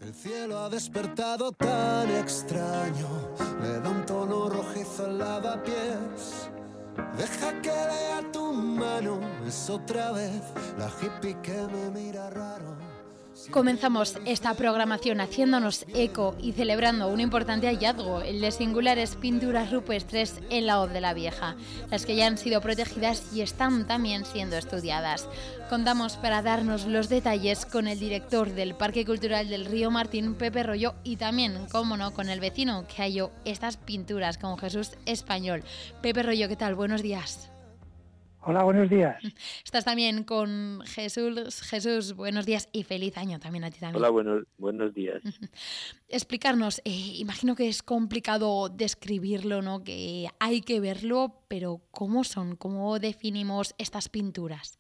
El cielo ha despertado tan extraño, le da un tono rojizo al lavapiés. Deja que lea tu mano, es otra vez la hippie que me mira raro. Comenzamos esta programación haciéndonos eco y celebrando un importante hallazgo, el de singulares pinturas rupestres en la Hoz de la Vieja, las que ya han sido protegidas y están también siendo estudiadas. Contamos para darnos los detalles con el director del Parque Cultural del Río Martín, Pepe Royo, y también, cómo no, con el vecino que halló estas pinturas, con Jesús Español. Pepe Royo, ¿qué tal? Buenos días. Hola, buenos días. Estás también con Jesús. Jesús, buenos días y feliz año también a ti también. Hola, buenos días. Explicarnos, imagino que es complicado describirlo, ¿no? Que hay que verlo, pero ¿cómo son? ¿Cómo definimos estas pinturas?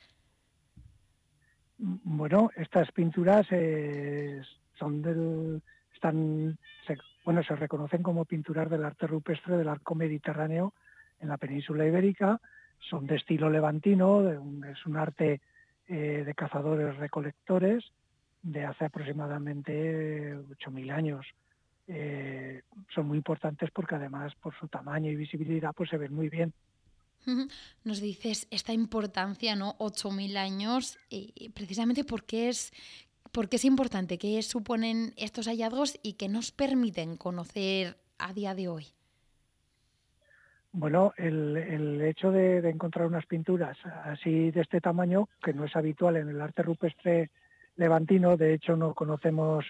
Bueno, estas pinturas se reconocen como pinturas del arte rupestre del arco mediterráneo en la península ibérica. Son de estilo levantino, es un arte de cazadores-recolectores de hace aproximadamente 8.000 años. Son muy importantes porque además por su tamaño y visibilidad pues se ven muy bien. Nos dices esta importancia, ¿no? 8.000 años, precisamente porque es importante, qué suponen estos hallazgos y qué nos permiten conocer a día de hoy. Bueno, el hecho de encontrar unas pinturas así de este tamaño, que no es habitual en el arte rupestre levantino, de hecho no conocemos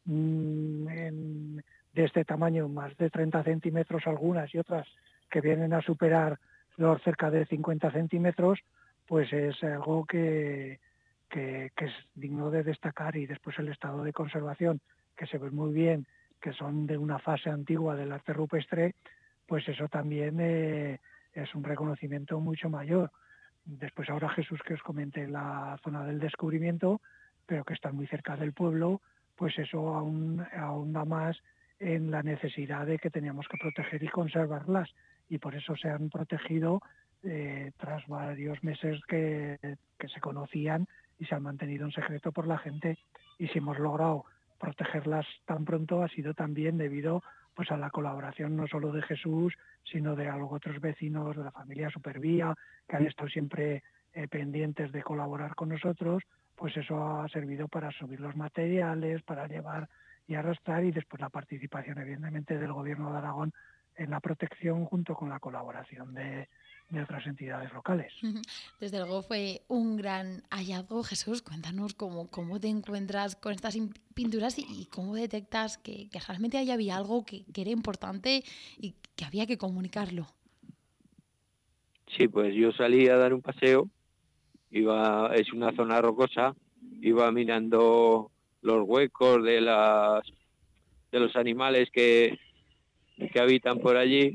de este tamaño más de 30 centímetros algunas y otras que vienen a superar los cerca de 50 centímetros, pues es algo que es digno de destacar. Y después el estado de conservación, que se ve muy bien, que son de una fase antigua del arte rupestre, pues eso también es un reconocimiento mucho mayor. Después ahora Jesús que os comente la zona del descubrimiento, pero que están muy cerca del pueblo, pues eso aún da más en la necesidad de que teníamos que proteger y conservarlas, y por eso se han protegido tras varios meses que se conocían y se han mantenido en secreto por la gente. Y si hemos logrado protegerlas tan pronto ha sido también debido pues a la colaboración no solo de Jesús, sino de otros vecinos de la familia Supervía, que han estado siempre pendientes de colaborar con nosotros. Pues eso ha servido para subir los materiales, para llevar y arrastrar, y después la participación evidentemente del Gobierno de Aragón en la protección junto con la colaboración de otras entidades locales. Desde luego fue un gran hallazgo. Jesús, cuéntanos cómo te encuentras con estas pinturas y cómo detectas que realmente ahí había algo que era importante y que había que comunicarlo. Sí, pues yo salí a dar un paseo, es una zona rocosa, iba mirando los huecos de los animales que habitan por allí,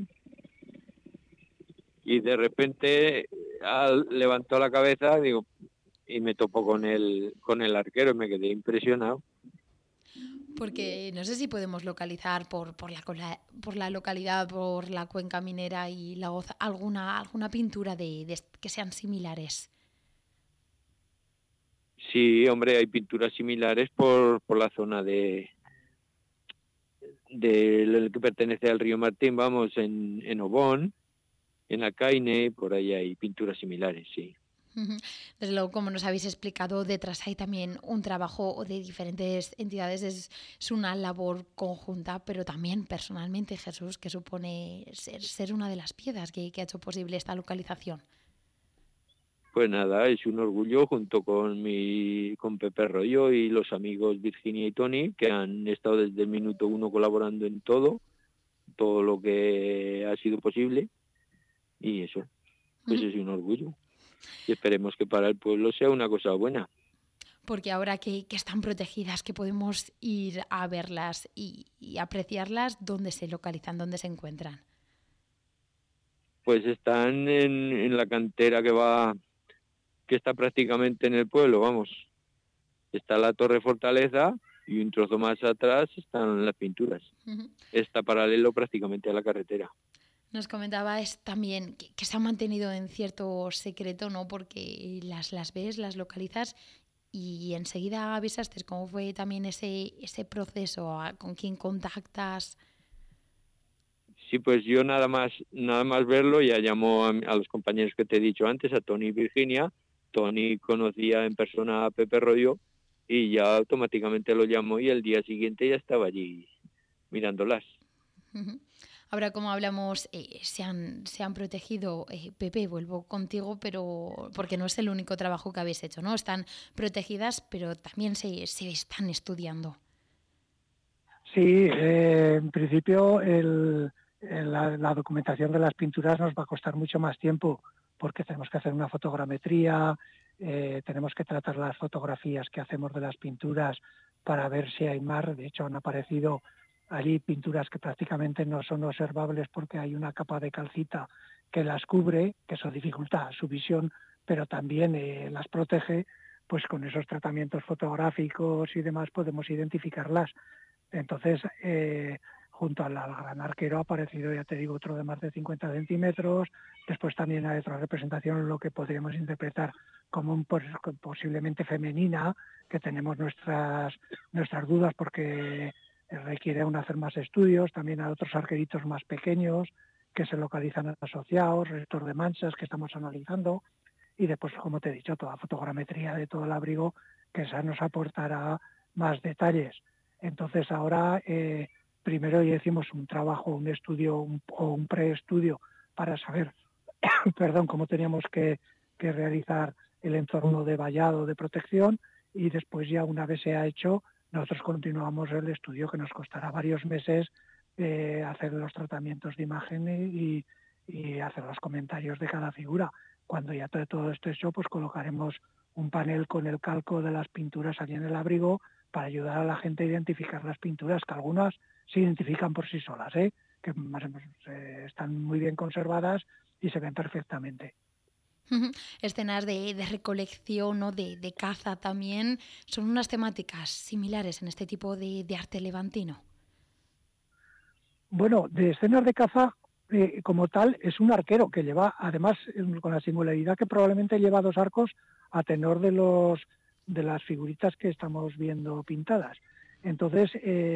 y de repente levantó la cabeza, digo, y me topó con el arquero y me quedé impresionado. Porque no sé si podemos localizar por la localidad, por la cuenca minera y la Hoz, alguna pintura de que sean similares. Sí, hombre, hay pinturas similares por la zona de lo que pertenece al río Martín, vamos, en Obón, en Acaine, por ahí hay pinturas similares, sí. Desde luego, como nos habéis explicado, detrás hay también un trabajo de diferentes entidades, es una labor conjunta, pero también personalmente, Jesús, que supone ser una de las piezas que ha hecho posible esta localización. Pues nada, es un orgullo junto con Pepe Royo y los amigos Virginia y Tony, que han estado desde el minuto uno colaborando en todo lo que ha sido posible, y eso, pues es un orgullo. Y esperemos que para el pueblo sea una cosa buena. Porque ahora que están protegidas, que podemos ir a verlas y apreciarlas, ¿dónde se localizan, dónde se encuentran? Pues están en la cantera que está prácticamente en el pueblo, vamos. Está la Torre Fortaleza y un trozo más atrás están las pinturas. Está paralelo prácticamente a la carretera. Nos comentabas también que se han mantenido en cierto secreto, ¿no? Porque las ves, las localizas y enseguida avisaste. ¿Cómo fue también ese proceso? ¿Con quién contactas? Sí, pues yo nada más verlo, ya llamó a los compañeros que te he dicho antes, a Tony y Virginia. Tony conocía en persona a Pepe Royo y ya automáticamente lo llamó y el día siguiente ya estaba allí mirándolas. Ujú. Ahora, como hablamos, se han protegido. Pepe, vuelvo contigo, pero porque no es el único trabajo que habéis hecho, ¿no? Están protegidas, pero también se están estudiando. Sí, en principio la documentación de las pinturas nos va a costar mucho más tiempo porque tenemos que hacer una fotogrametría, tenemos que tratar las fotografías que hacemos de las pinturas para ver si hay mar. De hecho, han aparecido allí pinturas que prácticamente no son observables porque hay una capa de calcita que las cubre, que eso dificulta su visión, pero también las protege. Pues con esos tratamientos fotográficos y demás podemos identificarlas. Entonces, junto al gran arquero ha aparecido, ya te digo, otro de más de 50 centímetros. Después también hay otra representación, lo que podríamos interpretar como posiblemente femenina, que tenemos nuestras dudas porque requiere aún hacer más estudios. También hay otros arqueritos más pequeños que se localizan asociados, restos de manchas que estamos analizando. Y después, como te he dicho, toda fotogrametría de todo el abrigo, que esa nos aportará más detalles. Entonces ahora primero ya hicimos un trabajo, un estudio o un preestudio para saber perdón, cómo teníamos que realizar el entorno de vallado de protección, y después ya una vez se ha hecho, nosotros continuamos el estudio que nos costará varios meses hacer los tratamientos de imagen y hacer los comentarios de cada figura. Cuando ya todo esto hecho, pues colocaremos un panel con el calco de las pinturas allí en el abrigo para ayudar a la gente a identificar las pinturas, que algunas se identifican por sí solas, que más o menos están muy bien conservadas y se ven perfectamente. Escenas de recolección o de caza también son unas temáticas similares en este tipo de arte levantino. Bueno, de escenas de caza como tal es un arquero que lleva, además, con la singularidad que probablemente lleva 2 arcos a tenor de las figuritas que estamos viendo pintadas. Entonces,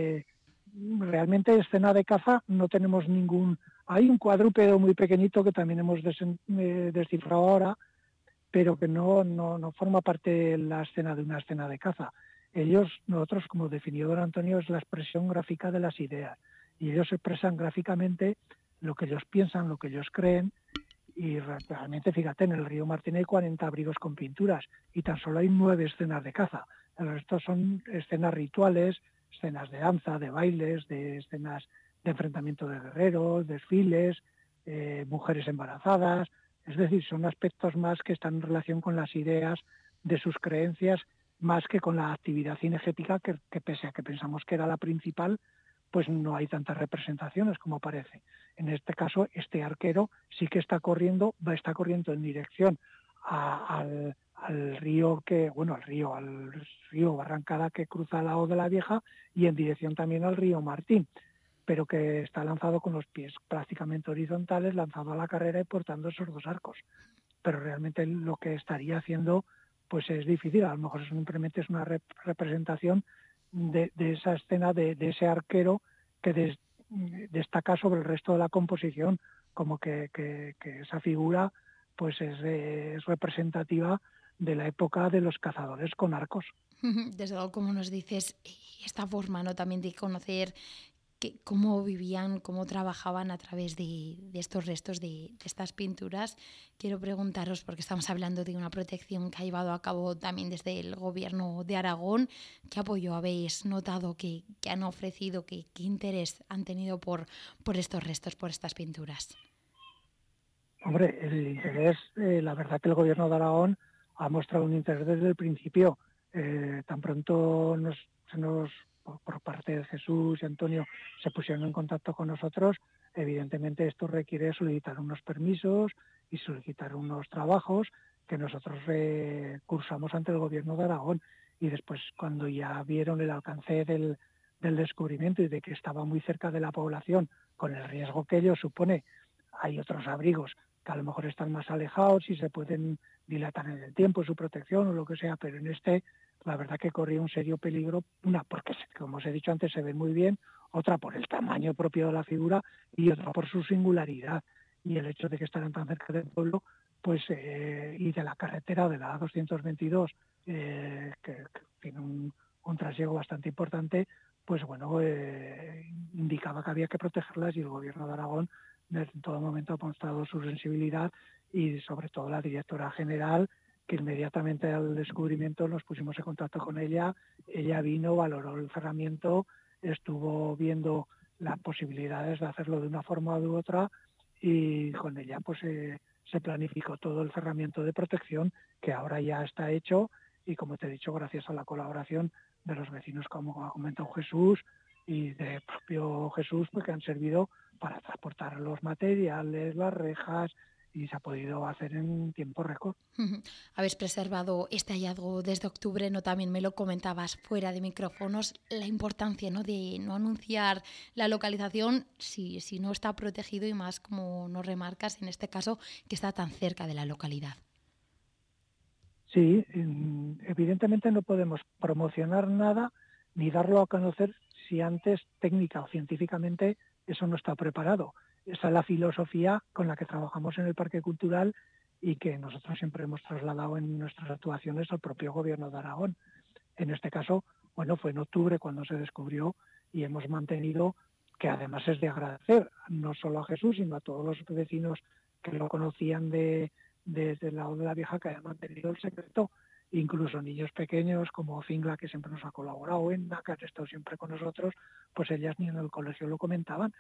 realmente escena de caza no tenemos ningún. Hay un cuadrúpedo muy pequeñito que también hemos descifrado ahora, pero que no forma parte de la escena de una escena de caza. Nosotros, como definió don Antonio, es la expresión gráfica de las ideas. Y ellos expresan gráficamente lo que ellos piensan, lo que ellos creen. Y realmente, fíjate, en el río Martín hay 40 abrigos con pinturas y tan solo hay 9 escenas de caza. El resto son escenas rituales, escenas de danza, de bailes, de escenas de enfrentamiento de guerreros, desfiles, mujeres embarazadas. Es decir, son aspectos más que están en relación con las ideas de sus creencias, más que con la actividad cinegética, que pese a que pensamos que era la principal, pues no hay tantas representaciones como parece. En este caso, este arquero sí que está corriendo en dirección al río al río Barrancada, que cruza al lado de la Vieja, y en dirección también al río Martín, pero que está lanzado con los pies prácticamente horizontales, lanzado a la carrera y portando esos 2 arcos. Pero realmente lo que estaría haciendo pues es difícil, a lo mejor simplemente es una representación de esa escena, de ese arquero que destaca sobre el resto de la composición, como que esa figura pues es representativa de la época de los cazadores con arcos. Desde luego, como nos dices, esta forma, ¿no?, también de conocer cómo vivían, cómo trabajaban a través de estos restos, de estas pinturas. Quiero preguntaros, porque estamos hablando de una protección que ha llevado a cabo también desde el Gobierno de Aragón, ¿qué apoyo habéis notado que han ofrecido, qué interés han tenido por estos restos, por estas pinturas? Hombre, el interés, la verdad que el Gobierno de Aragón ha mostrado un interés desde el principio. Tan pronto por parte de Jesús y Antonio se pusieron en contacto con nosotros, evidentemente esto requiere solicitar unos permisos y solicitar unos trabajos que nosotros cursamos ante el Gobierno de Aragón, y después, cuando ya vieron el alcance del descubrimiento y de que estaba muy cerca de la población, con el riesgo que ello supone, hay otros abrigos que a lo mejor están más alejados y se pueden dilatar en el tiempo su protección o lo que sea, pero en este la verdad que corría un serio peligro, una porque, como os he dicho antes, se ve muy bien, otra por el tamaño propio de la figura y otra por su singularidad y el hecho de que estaran tan cerca del pueblo, pues y de la carretera de la A222, que tiene un trasiego bastante importante, pues bueno, indicaba que había que protegerlas y el Gobierno de Aragón en todo momento ha mostrado su sensibilidad y sobre todo la directora general, que inmediatamente al descubrimiento nos pusimos en contacto con ella vino, valoró el cerramiento, estuvo viendo las posibilidades de hacerlo de una forma u otra y con ella pues se planificó todo el cerramiento de protección que ahora ya está hecho y como te he dicho, gracias a la colaboración de los vecinos, como ha comentado Jesús, y de propio Jesús, pues que han servido para transportar los materiales, las rejas, y se ha podido hacer en tiempo récord. Habéis preservado este hallazgo desde octubre, ¿no? También me lo comentabas fuera de micrófonos, la importancia, ¿no?, de no anunciar la localización si no está protegido y más, como nos remarcas, en este caso, que está tan cerca de la localidad. Sí, evidentemente no podemos promocionar nada ni darlo a conocer si antes técnica o científicamente eso no está preparado. Esa es la filosofía con la que trabajamos en el Parque Cultural y que nosotros siempre hemos trasladado en nuestras actuaciones al propio Gobierno de Aragón. En este caso, bueno, fue en octubre cuando se descubrió y hemos mantenido, que además es de agradecer, no solo a Jesús, sino a todos los vecinos que lo conocían desde el lado de la Vieja, que hayan mantenido el secreto, incluso niños pequeños como Fingla, que siempre nos ha colaborado, Enna, que ha estado siempre con nosotros, pues ellas ni en el colegio lo comentaban.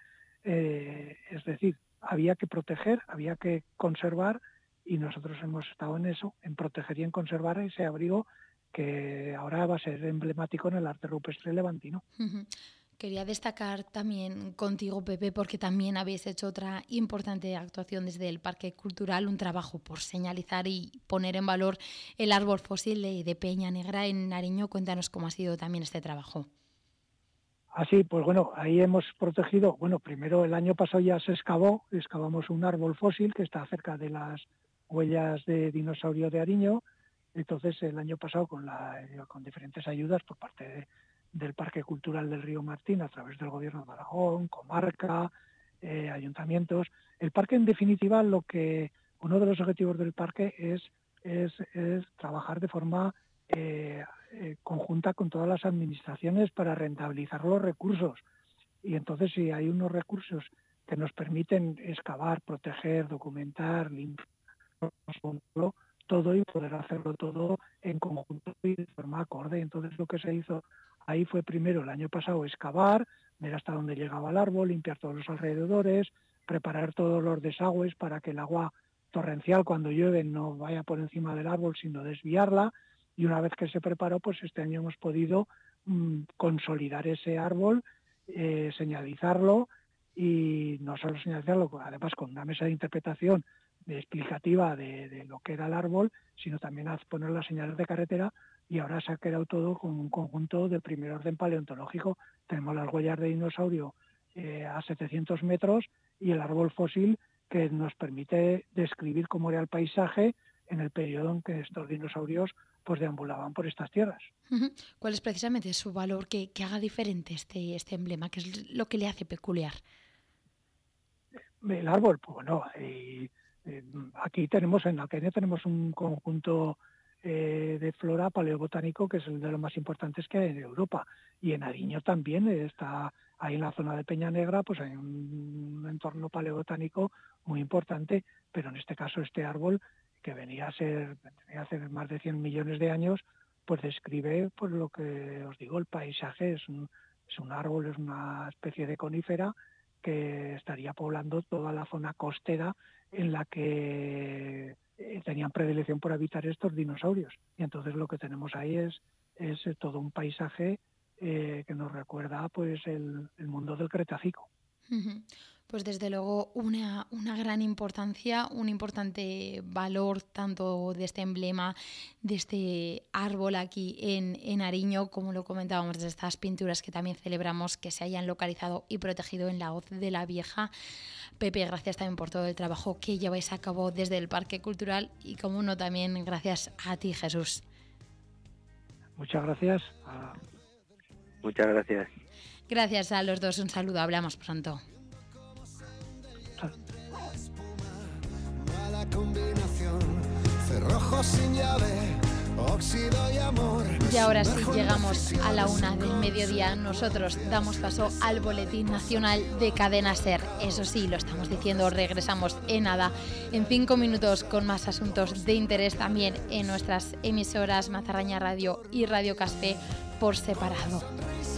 Es decir, había que proteger, había que conservar y nosotros hemos estado en eso, en proteger y en conservar ese abrigo que ahora va a ser emblemático en el arte rupestre levantino. Quería destacar también contigo, Pepe, porque también habéis hecho otra importante actuación desde el Parque Cultural, un trabajo por señalizar y poner en valor el árbol fósil de Peña Negra en Nariño. Cuéntanos cómo ha sido también este trabajo. Así, pues bueno, ahí hemos protegido, bueno, primero el año pasado ya se excavamos un árbol fósil que está cerca de las huellas de dinosaurio de Ariño. Entonces el año pasado con diferentes ayudas por parte del Parque Cultural del Río Martín a través del Gobierno de Aragón, comarca, ayuntamientos. El parque, en definitiva, uno de los objetivos del parque es trabajar de forma conjunta con todas las administraciones para rentabilizar los recursos. Y entonces si hay unos recursos que nos permiten excavar, proteger, documentar, limpiar todo y poder hacerlo todo en conjunto y de forma acorde. Entonces lo que se hizo ahí fue primero el año pasado excavar, ver hasta dónde llegaba el árbol, limpiar todos los alrededores, preparar todos los desagües para que el agua torrencial cuando llueve no vaya por encima del árbol sino desviarla, y una vez que se preparó, pues este año hemos podido consolidar ese árbol, señalizarlo y no solo señalizarlo, además con una mesa de interpretación explicativa de lo que era el árbol, sino también a poner las señales de carretera, y ahora se ha quedado todo con un conjunto de primer orden paleontológico. Tenemos las huellas de dinosaurio a 700 metros y el árbol fósil que nos permite describir cómo era el paisaje en el periodo en que estos dinosaurios pues deambulaban por estas tierras. ¿Cuál es precisamente su valor que haga diferente este emblema? ¿Qué es lo que le hace peculiar? El árbol, pues bueno, aquí tenemos en Alcaña tenemos un conjunto de flora paleobotánico que es el de los más importantes que hay en Europa, y en Ariño también está ahí en la zona de Peña Negra, pues hay un entorno paleobotánico muy importante, pero en este caso este árbol que venía a ser más de 100 millones de años, pues describe pues lo que os digo, el paisaje es un árbol, es una especie de conífera que estaría poblando toda la zona costera en la que tenían predilección por habitar estos dinosaurios. Y entonces lo que tenemos ahí es todo un paisaje que nos recuerda pues el mundo del Cretácico. Pues desde luego una gran importancia, un importante valor tanto de este emblema, de este árbol aquí en Ariño, como lo comentábamos, de estas pinturas que también celebramos que se hayan localizado y protegido en la Hoz de la Vieja. Pepe, gracias también por todo el trabajo que lleváis a cabo desde el Parque Cultural y, como no, también gracias a ti, Jesús. Muchas gracias. Muchas gracias. Gracias a los dos, un saludo, hablamos pronto. Mala combinación, cerrojo sin llave, óxido y amor. Y ahora sí, llegamos a la 1 del mediodía. Nosotros damos paso al Boletín Nacional de Cadena SER. Eso sí, lo estamos diciendo, regresamos en nada, en 5 minutos, con más asuntos de interés también en nuestras emisoras Mazarraña Radio y Radio Caspe por separado.